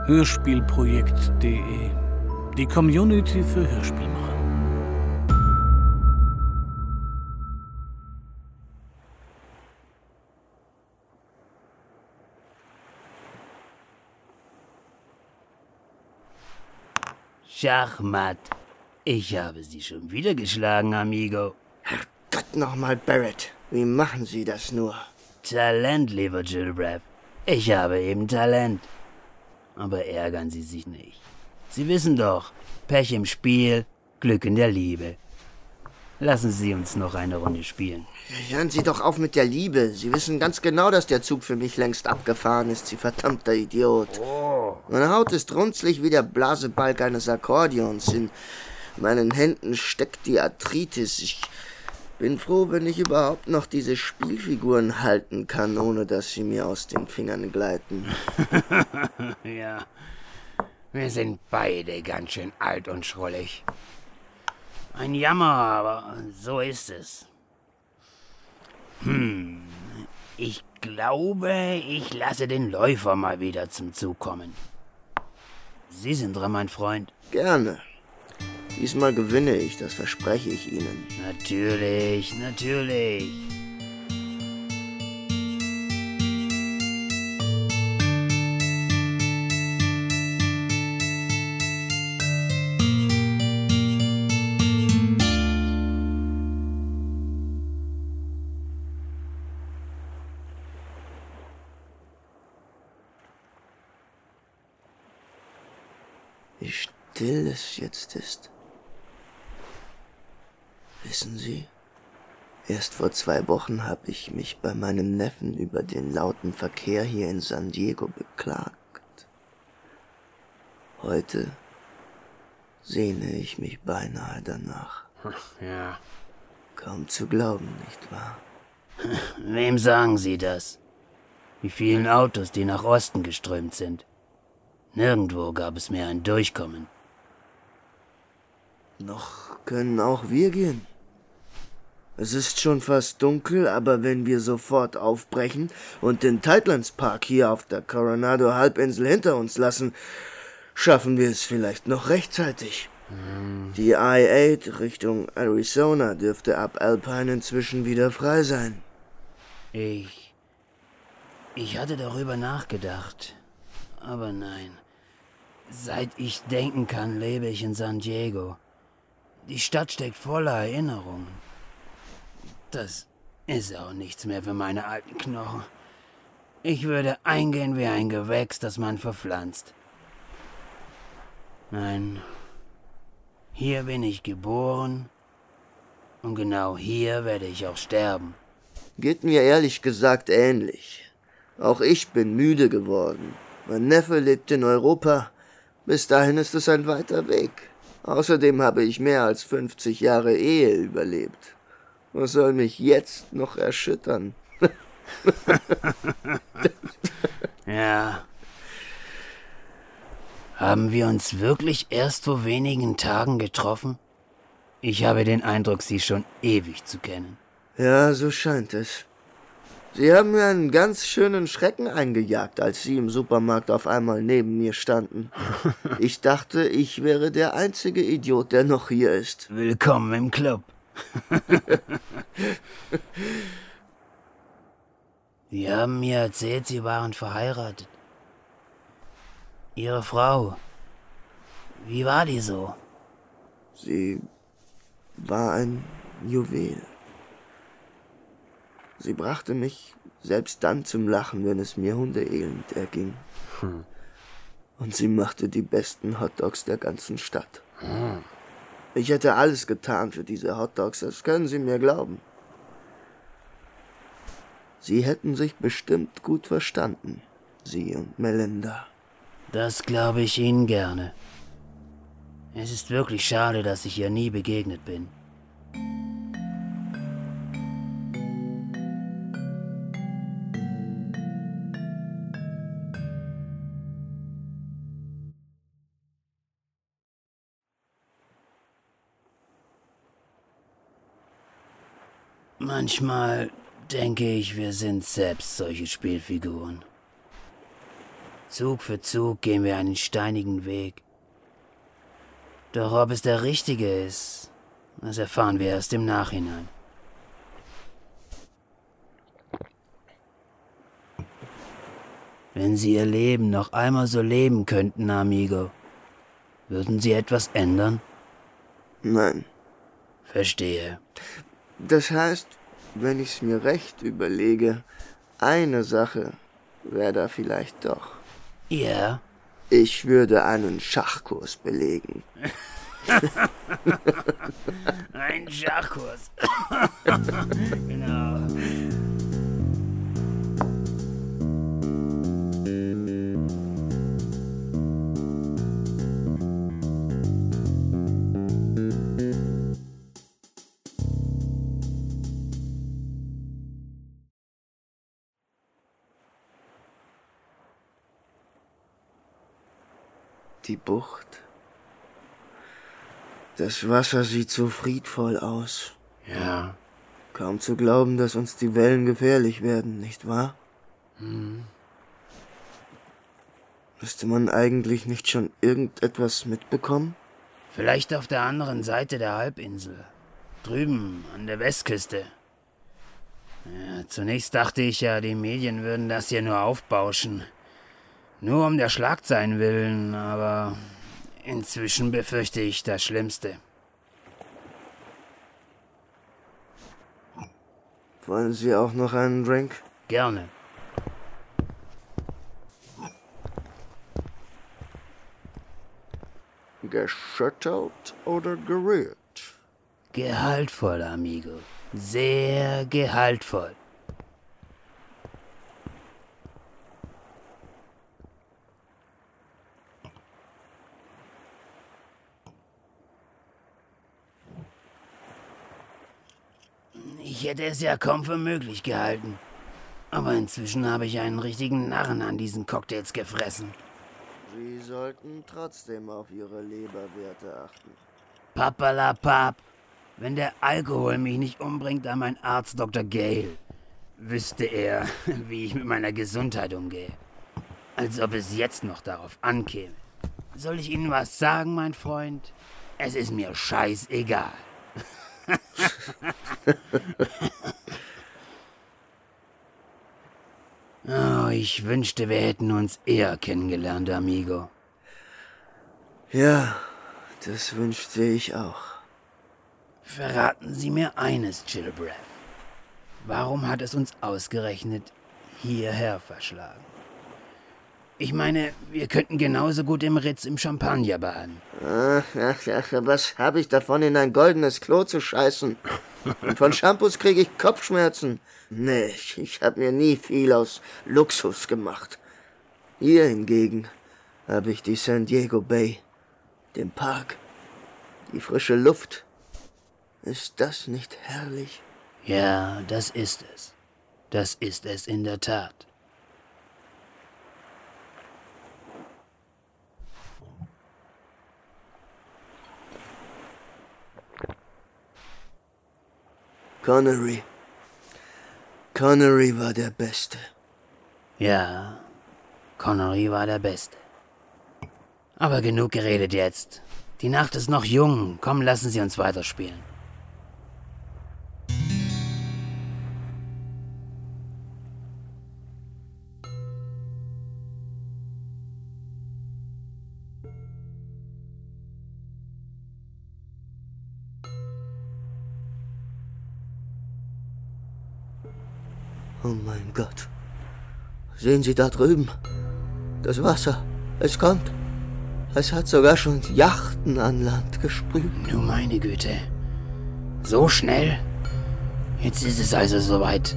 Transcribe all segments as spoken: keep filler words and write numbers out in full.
Hörspielprojekt punkt de. Die Community für Hörspielmacher. Schachmatt. Ich habe Sie schon wieder geschlagen, amigo. Herrgott nochmal, Barrett. Wie machen Sie das nur? Talent, lieber Gilbreth. Ich habe eben Talent. Aber ärgern Sie sich nicht. Sie wissen doch, Pech im Spiel, Glück in der Liebe. Lassen Sie uns noch eine Runde spielen. Hören Sie doch auf mit der Liebe. Sie wissen ganz genau, dass der Zug für mich längst abgefahren ist, Sie verdammter Idiot. Oh. Meine Haut ist runzlig wie der Blasebalg eines Akkordeons. In meinen Händen steckt die Arthritis. Ich bin froh, wenn ich überhaupt noch diese Spielfiguren halten kann, ohne dass sie mir aus den Fingern gleiten. Ja, wir sind beide ganz schön alt und schrullig. Ein Jammer, aber so ist es. Hm, ich glaube, ich lasse den Läufer mal wieder zum Zug kommen. Sie sind dran, mein Freund. Gerne. Diesmal gewinne ich, das verspreche ich Ihnen. Natürlich, natürlich. Wie still es jetzt ist. Wissen Sie, erst vor zwei Wochen habe ich mich bei meinem Neffen über den lauten Verkehr hier in San Diego beklagt. Heute sehne ich mich beinahe danach. Ja. Kaum zu glauben, nicht wahr? Wem sagen Sie das? Die vielen Autos, die nach Osten geströmt sind. Nirgendwo gab es mehr ein Durchkommen. Noch können auch wir gehen. Es ist schon fast dunkel, aber wenn wir sofort aufbrechen und den Tightlands Park hier auf der Coronado-Halbinsel hinter uns lassen, schaffen wir es vielleicht noch rechtzeitig. Hm. Die I acht Richtung Arizona dürfte ab Alpine inzwischen wieder frei sein. Ich... Ich hatte darüber nachgedacht. Aber nein. Seit ich denken kann, lebe ich in San Diego. Die Stadt steckt voller Erinnerungen. Das ist auch nichts mehr für meine alten Knochen. Ich würde eingehen wie ein Gewächs, das man verpflanzt. Nein, hier bin ich geboren und genau hier werde ich auch sterben. Geht mir ehrlich gesagt ähnlich. Auch ich bin müde geworden. Mein Neffe lebt in Europa. Bis dahin ist es ein weiter Weg. Außerdem habe ich mehr als fünfzig Jahre Ehe überlebt. Was soll mich jetzt noch erschüttern? Ja. Haben wir uns wirklich erst vor wenigen Tagen getroffen? Ich habe den Eindruck, Sie schon ewig zu kennen. Ja, so scheint es. Sie haben mir einen ganz schönen Schrecken eingejagt, als Sie im Supermarkt auf einmal neben mir standen. Ich dachte, ich wäre der einzige Idiot, der noch hier ist. Willkommen im Club. Sie haben mir erzählt, Sie waren verheiratet. Ihre Frau, wie war die so? Sie war ein Juwel. Sie brachte mich selbst dann zum Lachen, wenn es mir hundeelend erging. Hm. Und sie machte die besten Hotdogs der ganzen Stadt. Hm. Ich hätte alles getan für diese Hotdogs, das können Sie mir glauben. Sie hätten sich bestimmt gut verstanden, Sie und Melinda. Das glaube ich Ihnen gerne. Es ist wirklich schade, dass ich ihr nie begegnet bin. Manchmal denke ich, wir sind selbst solche Spielfiguren. Zug für Zug gehen wir einen steinigen Weg. Doch ob es der richtige ist, das erfahren wir erst im Nachhinein. Wenn Sie Ihr Leben noch einmal so leben könnten, Amigo, würden Sie etwas ändern? Nein. Verstehe. Das heißt, wenn ich's mir recht überlege, eine Sache wäre da vielleicht doch. Ja? Ich würde einen Schachkurs belegen. Ein Schachkurs. Genau. Die Bucht. Das Wasser sieht so friedvoll aus. Ja. Kaum zu glauben, dass uns die Wellen gefährlich werden, nicht wahr? Hm. Müsste man eigentlich nicht schon irgendetwas mitbekommen? Vielleicht auf der anderen Seite der Halbinsel. Drüben an der Westküste. Ja, zunächst dachte ich ja, die Medien würden das hier nur aufbauschen. Nur um der Schlagzeilen willen, aber inzwischen befürchte ich das Schlimmste. Wollen Sie auch noch einen Drink? Gerne. Geschüttelt oder gerührt? Gehaltvoll, Amigo. Sehr gehaltvoll. Ich hätte es ja kaum für möglich gehalten. Aber inzwischen habe ich einen richtigen Narren an diesen Cocktails gefressen. Sie sollten trotzdem auf Ihre Leberwerte achten. Papalapap. Wenn der Alkohol mich nicht umbringt, dann mein Arzt Doktor Gale. Wüsste er, wie ich mit meiner Gesundheit umgehe. Als ob es jetzt noch darauf ankäme. Soll ich Ihnen was sagen, mein Freund? Es ist mir scheißegal. Oh, ich wünschte, wir hätten uns eher kennengelernt, Amigo. Ja, das wünschte ich auch. Verraten Sie mir eines, Chillbreath. Warum hat es uns ausgerechnet hierher verschlagen? Ich meine, wir könnten genauso gut im Ritz im Champagner baden. Ach, ach, ach, was habe ich davon, in ein goldenes Klo zu scheißen? Und von Shampoos kriege ich Kopfschmerzen. Nee, ich, ich habe mir nie viel aus Luxus gemacht. Hier hingegen habe ich die San Diego Bay, den Park, die frische Luft. Ist das nicht herrlich? Ja, das ist es. Das ist es in der Tat. Connery. Connery war der Beste. Ja, Connery war der Beste. Aber genug geredet jetzt. Die Nacht ist noch jung. Komm, lassen Sie uns weiterspielen. Oh mein Gott. Sehen Sie da drüben? Das Wasser. Es kommt. Es hat sogar schon Yachten an Land gespült. Du meine Güte. So schnell? Jetzt ist es also soweit.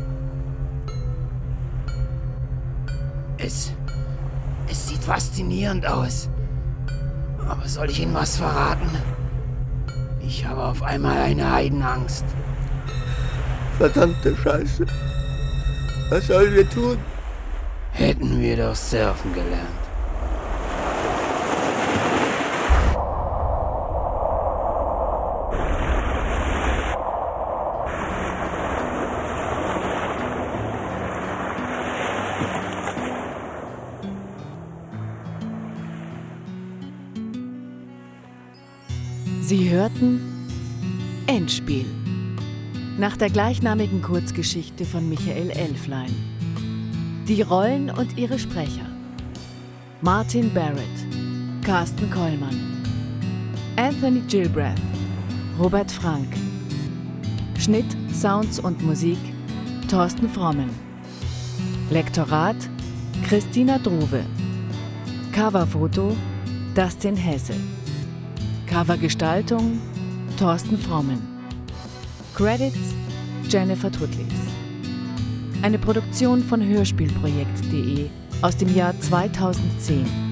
Es... Es sieht faszinierend aus. Aber soll ich Ihnen was verraten? Ich habe auf einmal eine Heidenangst. Verdammte Scheiße. Was sollen wir tun? Hätten wir doch surfen gelernt. Sie hörten Endspiel. Nach der gleichnamigen Kurzgeschichte von Michael Elflein. Die Rollen und ihre Sprecher: Martin Barrett, Carsten Kollmann, Anthony Gilbreth, Robert Frank. Schnitt, Sounds und Musik Thorsten Frommen. Lektorat Christina Druwe. Coverfoto Dustin Hesse. Covergestaltung Thorsten Frommen. Credits Jennifer Tutlis. Eine Produktion von hörspielprojekt punkt de aus dem Jahr zweitausendzehn.